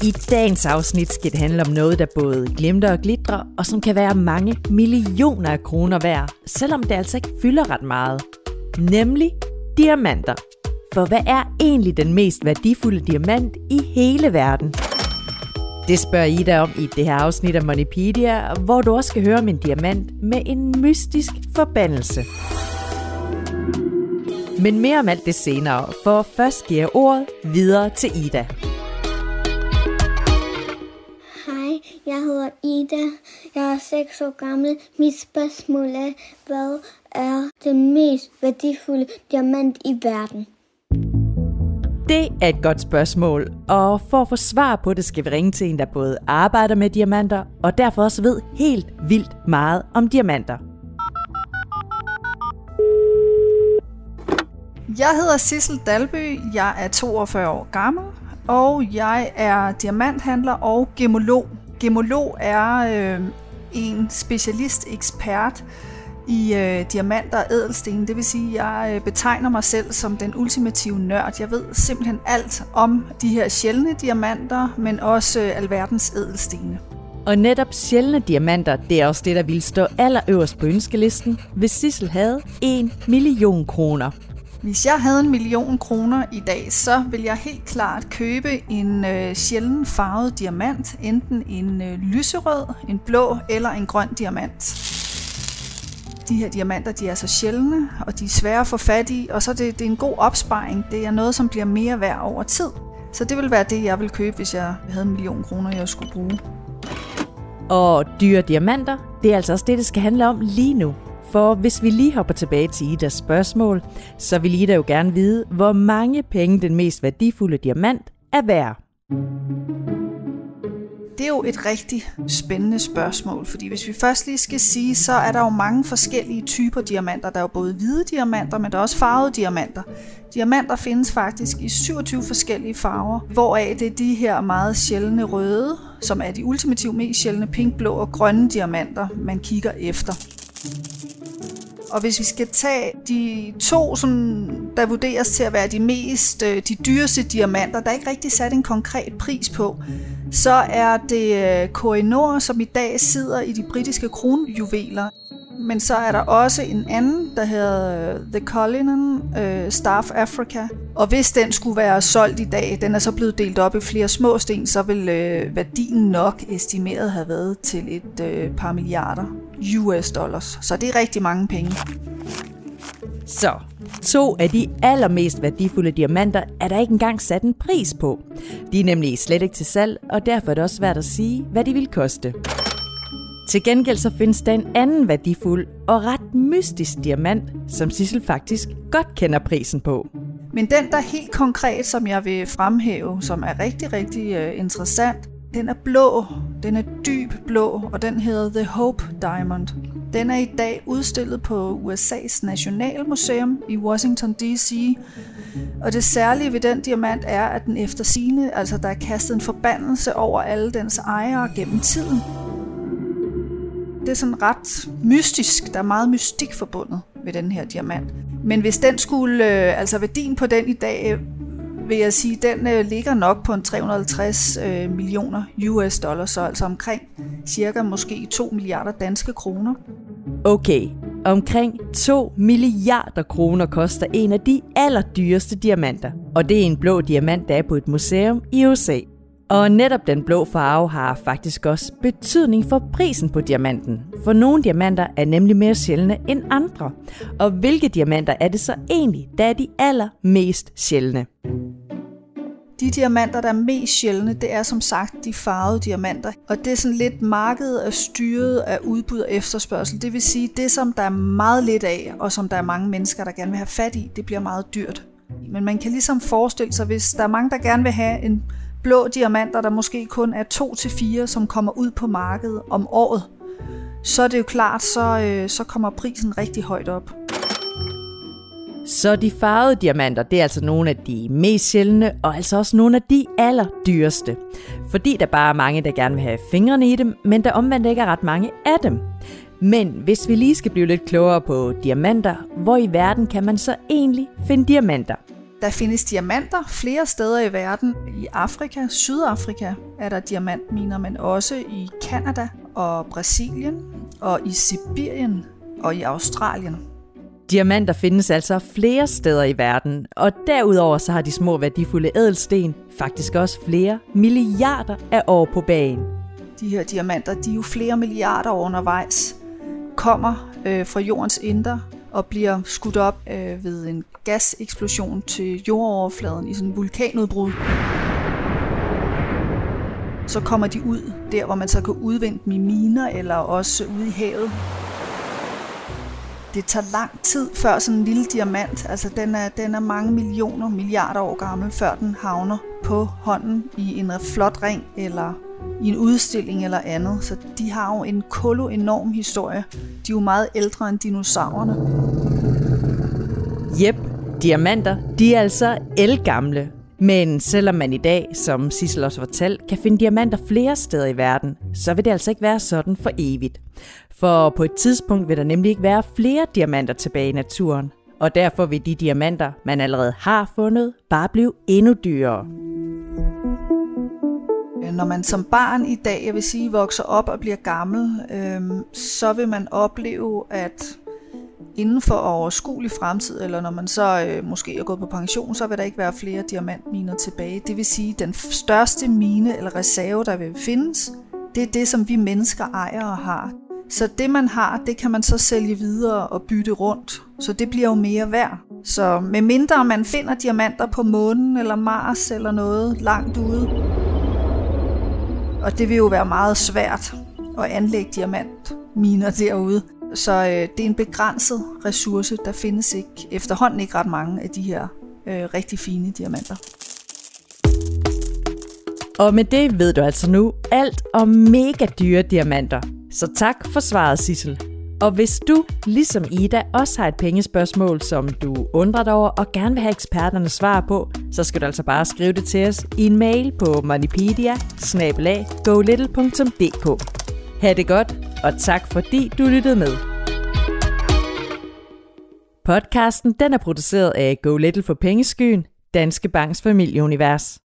I dagens afsnit skal det handle om noget, der både glimter og glitrer, og som kan være mange millioner af kroner værd, selvom det altså ikke fylder ret meget. Nemlig diamanter. For hvad er egentlig den mest værdifulde diamant i hele verden? Det spørger Ida om i det her afsnit af Moneypedia, hvor du også skal høre om en diamant med en mystisk forbandelse. Men mere om alt det senere, for først giver jeg ordet videre til Ida. Hej, jeg hedder Ida. Jeg er 6 år gammel. Mit spørgsmål er, hvad er den mest værdifulde diamant i verden? Det er et godt spørgsmål, og for at få svar på det, skal vi ringe til en, der både arbejder med diamanter, og derfor også ved helt vildt meget om diamanter. Jeg hedder Sissel Dalby, jeg er 42 år gammel, og jeg er diamanthandler og gemolog. Gemolog er en specialist ekspert i diamanter og ædelsten. Det vil sige, at jeg betegner mig selv som den ultimative nørd. Jeg ved simpelthen alt om de her sjældne diamanter, men også alverdens ædelstene. Og netop sjældne diamanter, det er også det, der ville stå allerøverst på ønskelisten, hvis Sissel havde 1 million kroner. Hvis jeg havde 1 million kroner i dag, så vil jeg helt klart købe en sjælden farvet diamant. Enten en lyserød, en blå eller en grøn diamant. De her diamanter, de er så sjældne, og de er svære at få fat i, og så det er en god opsparing. Det er noget, som bliver mere værd over tid. Så det vil være det, jeg vil købe, hvis jeg havde 1 million kroner, jeg skulle bruge. Og dyre diamanter, det er altså også det skal handle om lige nu. For hvis vi lige hopper tilbage til Idas spørgsmål, så vil Ida jo gerne vide, hvor mange penge den mest værdifulde diamant er værd. Det er jo et rigtig spændende spørgsmål, fordi hvis vi først lige skal sige, så er der jo mange forskellige typer diamanter. Der er jo både hvide diamanter, men der er også farvede diamanter. Diamanter findes faktisk i 27 forskellige farver, hvoraf det er de her meget sjældne røde, som er de ultimative mest sjældne pink, blå og grønne diamanter, man kigger efter. Og hvis vi skal tage de to, som der vurderes til at være de dyreste diamanter, der er ikke rigtig sat en konkret pris på, så er det Koh-i-Noor, som i dag sidder i de britiske kronjuveler. Men så er der også en anden, der hedder The Cullinan Star of Africa. Og hvis den skulle være solgt i dag, den er så blevet delt op i flere små sten, så vil værdien nok estimeret have været til et par milliarder US dollars. Så det er rigtig mange penge. Så, 2 af de allermest værdifulde diamanter er der ikke engang sat en pris på. De er nemlig slet ikke til salg, og derfor er det også svært at sige, hvad de vil koste. Til gengæld så findes der en anden værdifuld og ret mystisk diamant, som Sissel faktisk godt kender prisen på. Men den, der helt konkret, som jeg vil fremhæve, som er rigtig, rigtig interessant, den er blå. Den er dyb blå, og den hedder The Hope Diamond. Den er i dag udstillet på USA's Nationalmuseum i Washington D.C. Og det særlige ved den diamant er, at den efter sigende, altså der er kastet en forbandelse over alle dens ejere gennem tiden. Det er sådan ret mystisk. Der er meget mystik forbundet med den her diamant. Men hvis den skulle, altså værdien på den i dag, vil jeg sige, den ligger nok på en 350 millioner US dollars, så altså omkring cirka måske 2 milliarder danske kroner. Okay, omkring 2 milliarder kroner koster en af de allerdyreste diamanter. Og det er en blå diamant, der er på et museum i USA. Og netop den blå farve har faktisk også betydning for prisen på diamanten. For nogle diamanter er nemlig mere sjældne end andre. Og hvilke diamanter er det så egentlig, der er de allermest sjældne? De diamanter, der er mest sjældne, det er som sagt de farvede diamanter. Og det er sådan lidt markedet er styret af udbud og efterspørgsel. Det vil sige, det som der er meget lidt af, og som der er mange mennesker, der gerne vil have fat i, det bliver meget dyrt. Men man kan ligesom forestille sig, hvis der er mange, der gerne vil have en blå diamanter, der måske kun er 2-4, som kommer ud på markedet om året, så er det jo klart, så kommer prisen rigtig højt op. Så de farvede diamanter, det er altså nogle af de mest sjældne, og altså også nogle af de allerdyreste. Fordi der bare er mange, der gerne vil have fingrene i dem, men der omvendt ikke er ret mange af dem. Men hvis vi lige skal blive lidt klogere på diamanter, hvor i verden kan man så egentlig finde diamanter? Der findes diamanter flere steder i verden. I Afrika, Sydafrika er der diamantminer, men også i Canada og Brasilien og i Sibirien og i Australien. Diamanter findes altså flere steder i verden, og derudover så har de små værdifulde ædelsten faktisk også flere milliarder af år på bagen. De her diamanter, de er jo flere milliarder år undervejs, kommer fra jordens indre og bliver skudt op ved en gaseksplosion til jordoverfladen i sådan en vulkanudbrud. Så kommer de ud der, hvor man så kan udvinde dem i miner eller også ude i havet. Det tager lang tid før sådan en lille diamant, altså den er mange milliarder år gammel, før den havner på hånden i en flot ring eller i en udstilling eller andet. Så de har jo en enorm historie. De er jo meget ældre end dinosaurerne. Jep, diamanter, de er altså ældgamle. Men selvom man i dag, som Sissel også fortalte, kan finde diamanter flere steder i verden, så vil det altså ikke være sådan for evigt. For på et tidspunkt vil der nemlig ikke være flere diamanter tilbage i naturen. Og derfor vil de diamanter, man allerede har fundet, bare blive endnu dyrere. Når man som barn i dag, jeg vil sige, vokser op og bliver gammel, så vil man opleve, at inden for overskuelig fremtid, eller når man så måske er gået på pension, så vil der ikke være flere diamantminer tilbage. Det vil sige, at den største mine eller reserve, der vil findes, det er det, som vi mennesker ejer og har. Så det, man har, det kan man så sælge videre og bytte rundt. Så det bliver jo mere værd. Så medmindre man finder diamanter på månen eller Mars eller noget langt ude, og det vil jo være meget svært at anlægge diamantminer derude. Så det er en begrænset ressource. Der findes efterhånden ikke ret mange af de her rigtig fine diamanter. Og med det ved du altså nu alt om mega dyre diamanter. Så tak for svaret, Sissel. Og hvis du, ligesom Ida, også har et pengespørgsmål, som du undrer dig over og gerne vil have eksperternes svar på, så skal du altså bare skrive det til os i en mail på moneypedia@golittle.dk. Ha' det godt, og tak fordi du lyttede med. Podcasten den er produceret af Go Little for Pengeskyen, Danske Banks familieunivers.